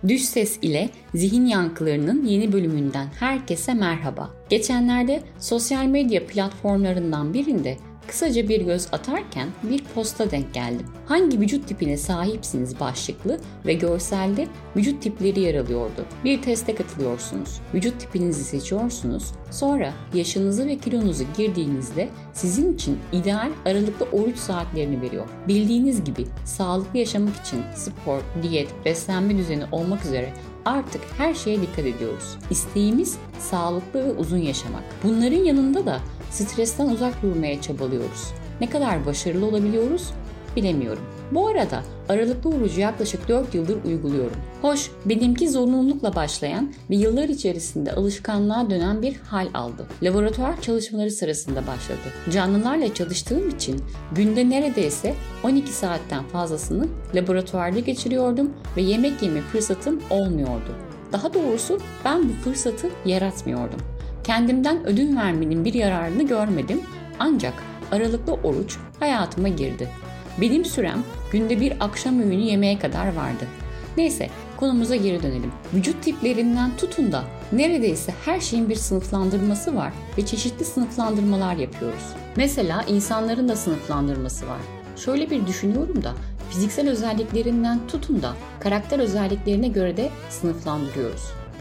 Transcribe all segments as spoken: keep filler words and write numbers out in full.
Düş Ses ile Zihin Yankılarının yeni bölümünden herkese merhaba. Geçenlerde sosyal medya platformlarından birinde kısaca bir göz atarken bir posta denk geldim. Hangi vücut tipine sahipsiniz başlıklı ve görselde vücut tipleri yer alıyordu. Bir teste katılıyorsunuz. Vücut tipinizi seçiyorsunuz. Sonra yaşınızı ve kilonuzu girdiğinizde sizin için ideal aralıklı oruç saatlerini veriyor. Bildiğiniz gibi sağlıklı yaşamak için spor, diyet, beslenme düzeni olmak üzere artık her şeye dikkat ediyoruz. İsteğimiz sağlıklı ve uzun yaşamak. Bunların yanında da stresten uzak durmaya çabalıyoruz. Ne kadar başarılı olabiliyoruz bilemiyorum. Bu arada aralıklı orucu yaklaşık dört yıldır uyguluyorum. Hoş, benimki zorunlulukla başlayan ve yıllar içerisinde alışkanlığa dönen bir hal aldı. Laboratuvar çalışmaları sırasında başladı. Canlılarla çalıştığım için günde neredeyse on iki saatten fazlasını laboratuvarda geçiriyordum ve yemek yeme fırsatım olmuyordu. Daha doğrusu ben bu fırsatı yaratmıyordum. Kendimden ödün vermenin bir yararını görmedim ancak aralıklı oruç hayatıma girdi. Benim sürem günde bir akşam öğünü yemeye kadar vardı. Neyse konumuza geri dönelim. Vücut tiplerinden tutun da neredeyse her şeyin bir sınıflandırması var ve çeşitli sınıflandırmalar yapıyoruz. Mesela insanların da sınıflandırması var. Şöyle bir düşünüyorum da fiziksel özelliklerinden tutun da karakter özelliklerine göre de sınıflandırıyoruz.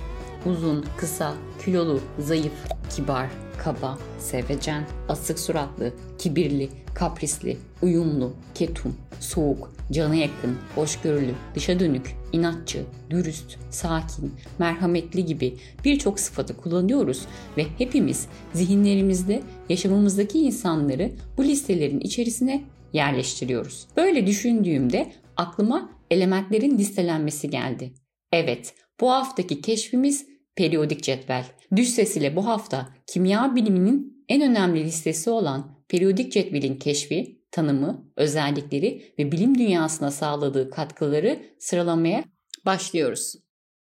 Uzun, kısa, kilolu, zayıf, kibar, kaba, sevecen, asık suratlı, kibirli, kaprisli, uyumlu, ketum, soğuk, cana yakın, hoşgörülü, dışa dönük, inatçı, dürüst, sakin, merhametli gibi birçok sıfatı kullanıyoruz ve hepimiz zihinlerimizde yaşamımızdaki insanları bu listelerin içerisine yerleştiriyoruz. Böyle düşündüğümde aklıma elementlerin listelenmesi geldi. Evet, bu haftaki keşfimiz periyodik cetvel. Düş Ses ile bu hafta kimya biliminin en önemli listesi olan periyodik cetvelin keşfi, tanımı, özellikleri ve bilim dünyasına sağladığı katkıları sıralamaya başlıyoruz.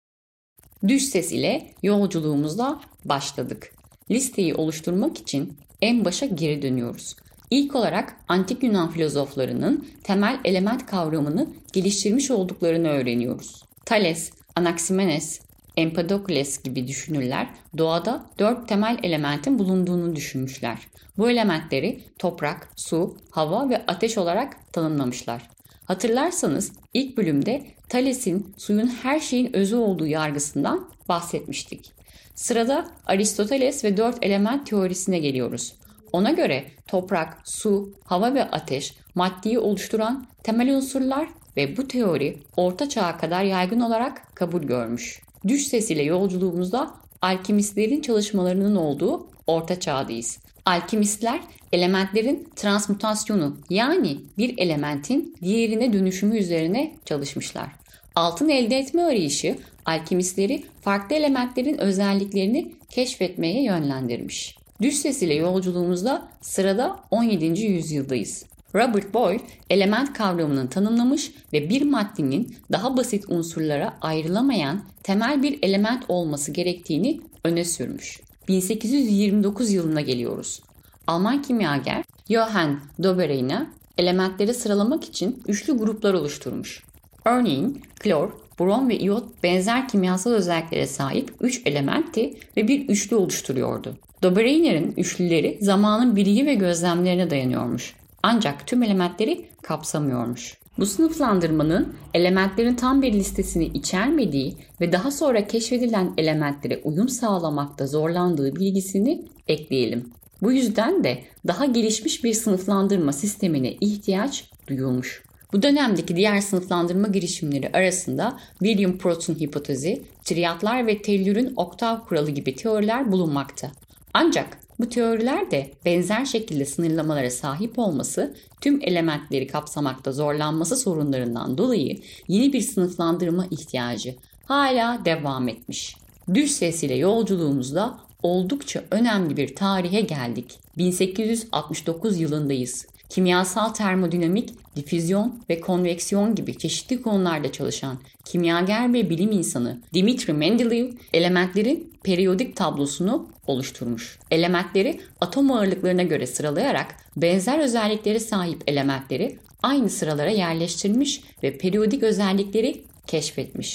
Düş Ses ile yolculuğumuzla başladık. Listeyi oluşturmak için en başa geri dönüyoruz. İlk olarak antik Yunan filozoflarının temel element kavramını geliştirmiş olduklarını öğreniyoruz. Thales, Anaximenes, Empedokles gibi düşünürler doğada dört temel elementin bulunduğunu düşünmüşler. Bu elementleri toprak, su, hava ve ateş olarak tanımlamışlar. Hatırlarsanız ilk bölümde Thales'in suyun her şeyin özü olduğu yargısından bahsetmiştik. Sırada Aristoteles ve dört element teorisine geliyoruz. Ona göre toprak, su, hava ve ateş maddeyi oluşturan temel unsurlar ve bu teori Orta Çağ'a kadar yaygın olarak kabul görmüş. Düş Ses ile yolculuğumuzda alkimistlerin çalışmalarının olduğu Orta Çağ'dayız. Alkimistler elementlerin transmutasyonu yani bir elementin diğerine dönüşümü üzerine çalışmışlar. Altın elde etme arayışı alkimistleri farklı elementlerin özelliklerini keşfetmeye yönlendirmiş. Düş Ses ile yolculuğumuzda sırada on yedinci yüzyıldayız. Robert Boyle element kavramını tanımlamış ve bir maddenin daha basit unsurlara ayrılamayan temel bir element olması gerektiğini öne sürmüş. bin sekiz yüz yirmi dokuz yılına geliyoruz. Alman kimyager Johann Dobereiner elementleri sıralamak için üçlü gruplar oluşturmuş. Örneğin klor, brom ve iyot benzer kimyasal özelliklere sahip üç elementti ve bir üçlü oluşturuyordu. Dobereiner'in üçlüleri zamanın bilgi ve gözlemlerine dayanıyormuş. Ancak tüm elementleri kapsamıyormuş. Bu sınıflandırmanın elementlerin tam bir listesini içermediği ve daha sonra keşfedilen elementlere uyum sağlamakta zorlandığı bilgisini ekleyelim. Bu yüzden de daha gelişmiş bir sınıflandırma sistemine ihtiyaç duyulmuş. Bu dönemdeki diğer sınıflandırma girişimleri arasında William Prout'un hipotezi, triyatlar ve tellürün oktav kuralı gibi teoriler bulunmakta. Ancak bu teoriler de benzer şekilde sınırlamalara sahip olması, tüm elementleri kapsamakta zorlanması sorunlarından dolayı yeni bir sınıflandırma ihtiyacı hala devam etmiş. Düş Ses ile yolculuğumuzda oldukça önemli bir tarihe geldik. bin sekiz yüz altmış dokuz yılındayız. Kimyasal termodinamik, difüzyon ve konveksiyon gibi çeşitli konularda çalışan kimyager ve bilim insanı Dmitri Mendeleev elementlerin periyodik tablosunu oluşturmuş. Elementleri atom ağırlıklarına göre sıralayarak benzer özelliklere sahip elementleri aynı sıralara yerleştirmiş ve periyodik özellikleri keşfetmiş.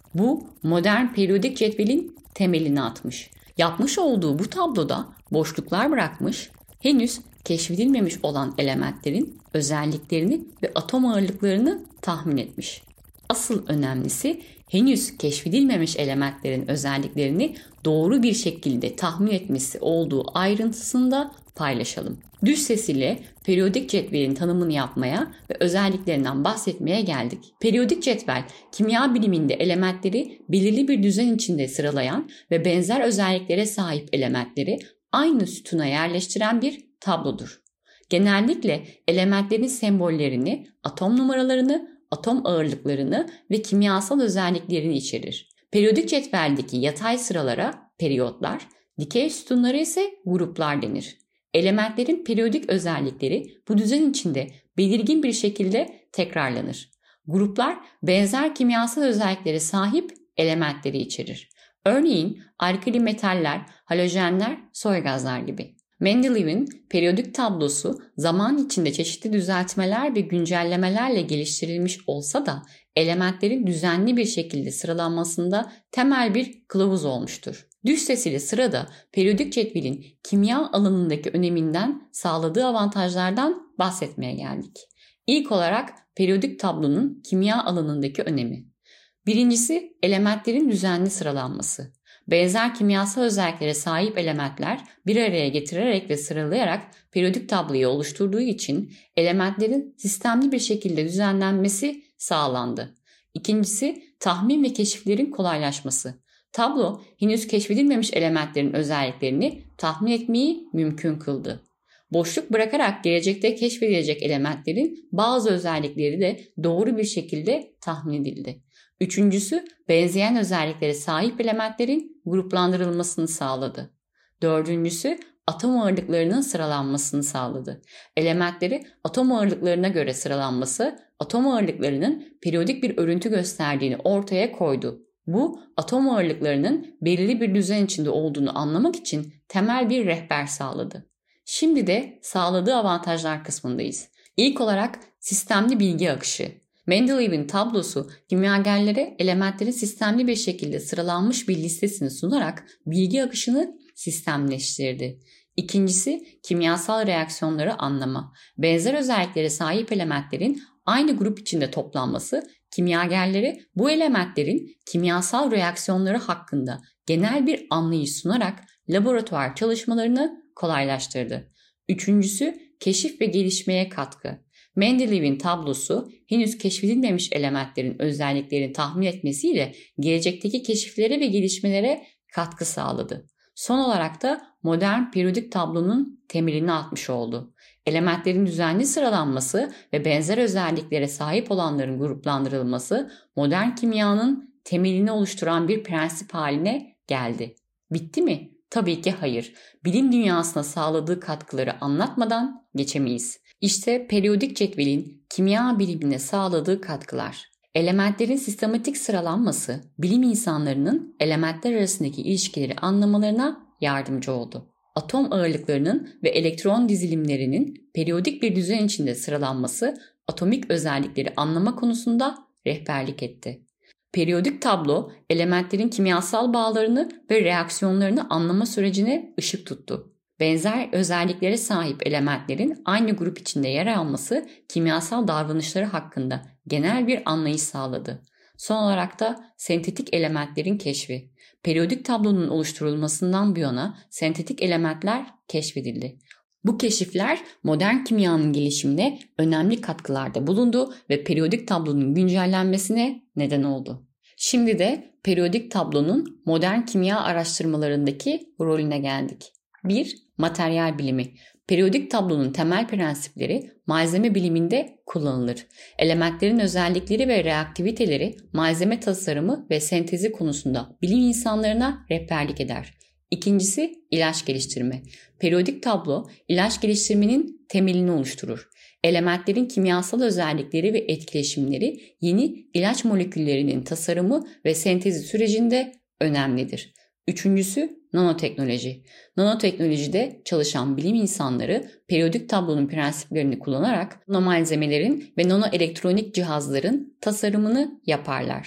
Bu modern periyodik cetvelin temelini atmış. Yapmış olduğu bu tabloda boşluklar bırakmış, henüz keşfedilmemiş olan elementlerin özelliklerini ve atom ağırlıklarını tahmin etmiş. Asıl önemlisi henüz keşfedilmemiş elementlerin özelliklerini doğru bir şekilde tahmin etmesi olduğu ayrıntısını da paylaşalım. Düz ses ile periyodik cetvelin tanımını yapmaya ve özelliklerinden bahsetmeye geldik. Periyodik cetvel, kimya biliminde elementleri belirli bir düzen içinde sıralayan ve benzer özelliklere sahip elementleri aynı sütuna yerleştiren bir tablodur. Genellikle elementlerin sembollerini, atom numaralarını, atom ağırlıklarını ve kimyasal özelliklerini içerir. Periyodik cetveldeki yatay sıralara periyotlar, dikey sütunlara ise gruplar denir. Elementlerin periyodik özellikleri bu düzen içinde belirgin bir şekilde tekrarlanır. Gruplar benzer kimyasal özelliklere sahip elementleri içerir. Örneğin alkali metaller, halojenler, soy gazlar gibi. Mendeleev'in periyodik tablosu zaman içinde çeşitli düzeltmeler ve güncellemelerle geliştirilmiş olsa da elementlerin düzenli bir şekilde sıralanmasında temel bir kılavuz olmuştur. Düz ses ile sırada periyodik cetvelin kimya alanındaki öneminden sağladığı avantajlardan bahsetmeye geldik. İlk olarak periyodik tablonun kimya alanındaki önemi. Birincisi elementlerin düzenli sıralanması. Benzer kimyasal özelliklere sahip elementler bir araya getirerek ve sıralayarak periyodik tabloyu oluşturduğu için elementlerin sistemli bir şekilde düzenlenmesi sağlandı. İkincisi tahmin ve keşiflerin kolaylaşması. Tablo henüz keşfedilmemiş elementlerin özelliklerini tahmin etmeyi mümkün kıldı. Boşluk bırakarak gelecekte keşfedilecek elementlerin bazı özellikleri de doğru bir şekilde tahmin edildi. Üçüncüsü, benzeyen özelliklere sahip elementlerin gruplandırılmasını sağladı. Dördüncüsü, atom ağırlıklarının sıralanmasını sağladı. Elementleri atom ağırlıklarına göre sıralanması, atom ağırlıklarının periyodik bir örüntü gösterdiğini ortaya koydu. Bu, atom ağırlıklarının belirli bir düzen içinde olduğunu anlamak için temel bir rehber sağladı. Şimdi de sağladığı avantajlar kısmındayız. İlk olarak sistemli bilgi akışı. Mendeleev'in tablosu kimyagerlere elementlerin sistemli bir şekilde sıralanmış bir listesini sunarak bilgi akışını sistemleştirdi. İkincisi, kimyasal reaksiyonları anlama. Benzer özelliklere sahip elementlerin aynı grup içinde toplanması kimyagerlere bu elementlerin kimyasal reaksiyonları hakkında genel bir anlayış sunarak laboratuvar çalışmalarını kolaylaştırdı. Üçüncüsü, keşif ve gelişmeye katkı. Mendeleev'in tablosu henüz keşfedilmemiş elementlerin özelliklerini tahmin etmesiyle gelecekteki keşiflere ve gelişmelere katkı sağladı. Son olarak da modern periyodik tablonun temelini atmış oldu. Elementlerin düzenli sıralanması ve benzer özelliklere sahip olanların gruplandırılması modern kimyanın temelini oluşturan bir prensip haline geldi. Bitti mi? Tabii ki hayır. Bilim dünyasına sağladığı katkıları anlatmadan geçemeyiz. İşte periyodik cetvelin kimya bilimine sağladığı katkılar. Elementlerin sistematik sıralanması, bilim insanlarının elementler arasındaki ilişkileri anlamalarına yardımcı oldu. Atom ağırlıklarının ve elektron dizilimlerinin periyodik bir düzen içinde sıralanması, atomik özellikleri anlama konusunda rehberlik etti. Periyodik tablo, elementlerin kimyasal bağlarını ve reaksiyonlarını anlama sürecine ışık tuttu. Benzer özelliklere sahip elementlerin aynı grup içinde yer alması kimyasal davranışları hakkında genel bir anlayış sağladı. Son olarak da sentetik elementlerin keşfi. Periyodik tablonun oluşturulmasından bu yana sentetik elementler keşfedildi. Bu keşifler modern kimyanın gelişimine önemli katkılarda bulundu ve periyodik tablonun güncellenmesine neden oldu. Şimdi de periyodik tablonun modern kimya araştırmalarındaki rolüne geldik. bir. Materyal bilimi. Periyodik tablonun temel prensipleri malzeme biliminde kullanılır. Elementlerin özellikleri ve reaktiviteleri malzeme tasarımı ve sentezi konusunda bilim insanlarına rehberlik eder. İkincisi, ilaç geliştirme. Periyodik tablo ilaç geliştirmenin temelini oluşturur. Elementlerin kimyasal özellikleri ve etkileşimleri yeni ilaç moleküllerinin tasarımı ve sentezi sürecinde önemlidir. Üçüncüsü, nanoteknoloji. Nanoteknolojide çalışan bilim insanları periyodik tablonun prensiplerini kullanarak nanomalzemelerin ve nanoelektronik cihazların tasarımını yaparlar.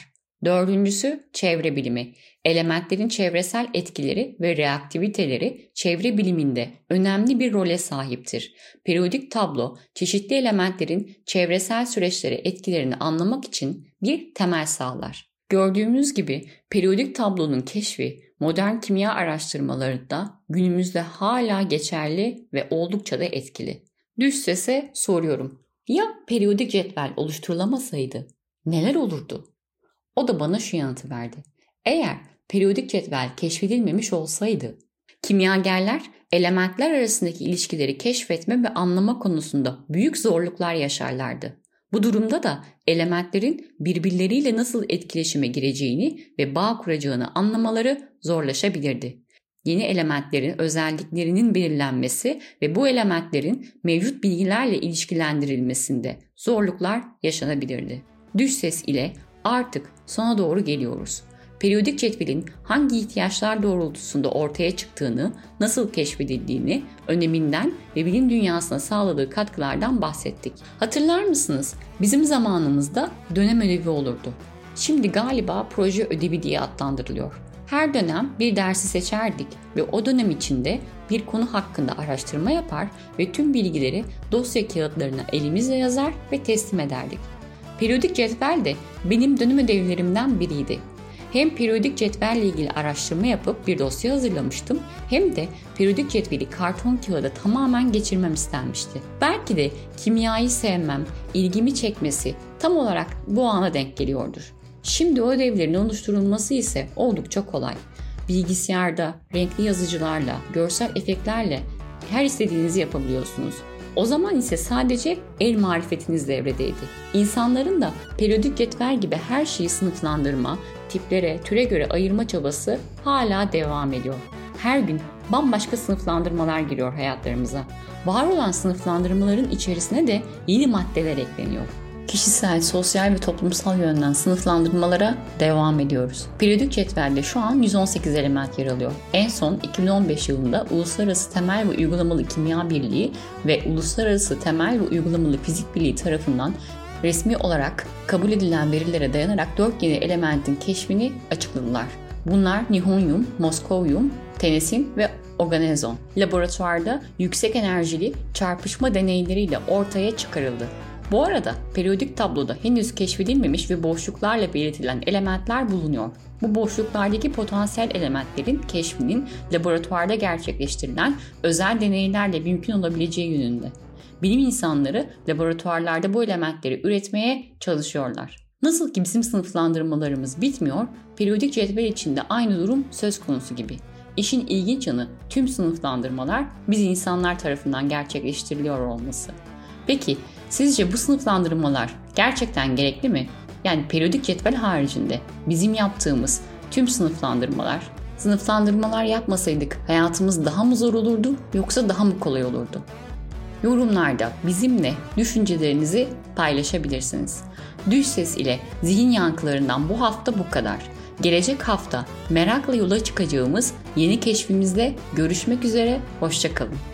Dördüncüsü çevre bilimi. Elementlerin çevresel etkileri ve reaktiviteleri çevre biliminde önemli bir role sahiptir. Periyodik tablo, çeşitli elementlerin çevresel süreçlere etkilerini anlamak için bir temel sağlar. Gördüğümüz gibi periyodik tablonun keşfi modern kimya araştırmalarında günümüzde hala geçerli ve oldukça da etkili. Düş sese soruyorum. Ya periyodik cetvel oluşturulamasaydı neler olurdu? O da bana şu yanıtı verdi. Eğer periyodik cetvel keşfedilmemiş olsaydı, kimyagerler elementler arasındaki ilişkileri keşfetme ve anlama konusunda büyük zorluklar yaşarlardı. Bu durumda da elementlerin birbirleriyle nasıl etkileşime gireceğini ve bağ kuracağını anlamaları zorlaşabilirdi. Yeni elementlerin özelliklerinin belirlenmesi ve bu elementlerin mevcut bilgilerle ilişkilendirilmesinde zorluklar yaşanabilirdi. Düş ses ile artık sona doğru geliyoruz. Periyodik cetvelin hangi ihtiyaçlar doğrultusunda ortaya çıktığını, nasıl keşfedildiğini, öneminden ve bilim dünyasına sağladığı katkılardan bahsettik. Hatırlar mısınız? Bizim zamanımızda dönem ödevi olurdu. Şimdi galiba proje ödevi diye adlandırılıyor. Her dönem bir dersi seçerdik ve o dönem içinde bir konu hakkında araştırma yapar ve tüm bilgileri dosya kağıtlarına elimizle yazar ve teslim ederdik. Periyodik cetvel de benim dönem ödevlerimden biriydi. Hem periyodik cetvelle ilgili araştırma yapıp bir dosya hazırlamıştım hem de periyodik cetveli karton kağıda tamamen geçirmem istenmişti. Belki de kimyayı sevmem, ilgimi çekmesi tam olarak bu ana denk geliyordur. Şimdi o ödevlerin oluşturulması ise oldukça kolay. Bilgisayarda, renkli yazıcılarla, görsel efektlerle her istediğinizi yapabiliyorsunuz. O zaman ise sadece el marifetiniz devredeydi. İnsanların da periyodik cetvel gibi her şeyi sınıflandırma, tiplere, türe göre ayırma çabası hala devam ediyor. Her gün bambaşka sınıflandırmalar giriyor hayatlarımıza. Var olan sınıflandırmaların içerisine de yeni maddeler ekleniyor. Kişisel, sosyal ve toplumsal yönden sınıflandırmalara devam ediyoruz. Periyodik cetvelde şu an yüz on sekiz element yer alıyor. En son iki bin on beş yılında Uluslararası Temel ve Uygulamalı Kimya Birliği ve Uluslararası Temel ve Uygulamalı Fizik Birliği tarafından resmi olarak kabul edilen verilere dayanarak dört yeni elementin keşfini açıkladılar. Bunlar nihonyum, moskovyum, tenesin ve organezon. Laboratuvarda yüksek enerjili çarpışma deneyleriyle ortaya çıkarıldı. Bu arada periyodik tabloda henüz keşfedilmemiş ve boşluklarla belirtilen elementler bulunuyor. Bu boşluklardaki potansiyel elementlerin keşfinin laboratuvarda gerçekleştirilen özel deneylerle mümkün olabileceği yönünde. Bilim insanları laboratuvarlarda bu elementleri üretmeye çalışıyorlar. Nasıl ki bizim sınıflandırmalarımız bitmiyor, periyodik cetvel içinde aynı durum söz konusu gibi. İşin ilginç yanı tüm sınıflandırmalar biz insanlar tarafından gerçekleştiriliyor olması. Peki sizce bu sınıflandırmalar gerçekten gerekli mi? Yani periyodik cetvel haricinde bizim yaptığımız tüm sınıflandırmalar, sınıflandırmalar yapmasaydık hayatımız daha mı zor olurdu yoksa daha mı kolay olurdu? Yorumlarda bizimle düşüncelerinizi paylaşabilirsiniz. Düş ses ile zihin yankılarından bu hafta bu kadar. Gelecek hafta merakla yola çıkacağımız yeni keşfimizde görüşmek üzere, hoşça kalın.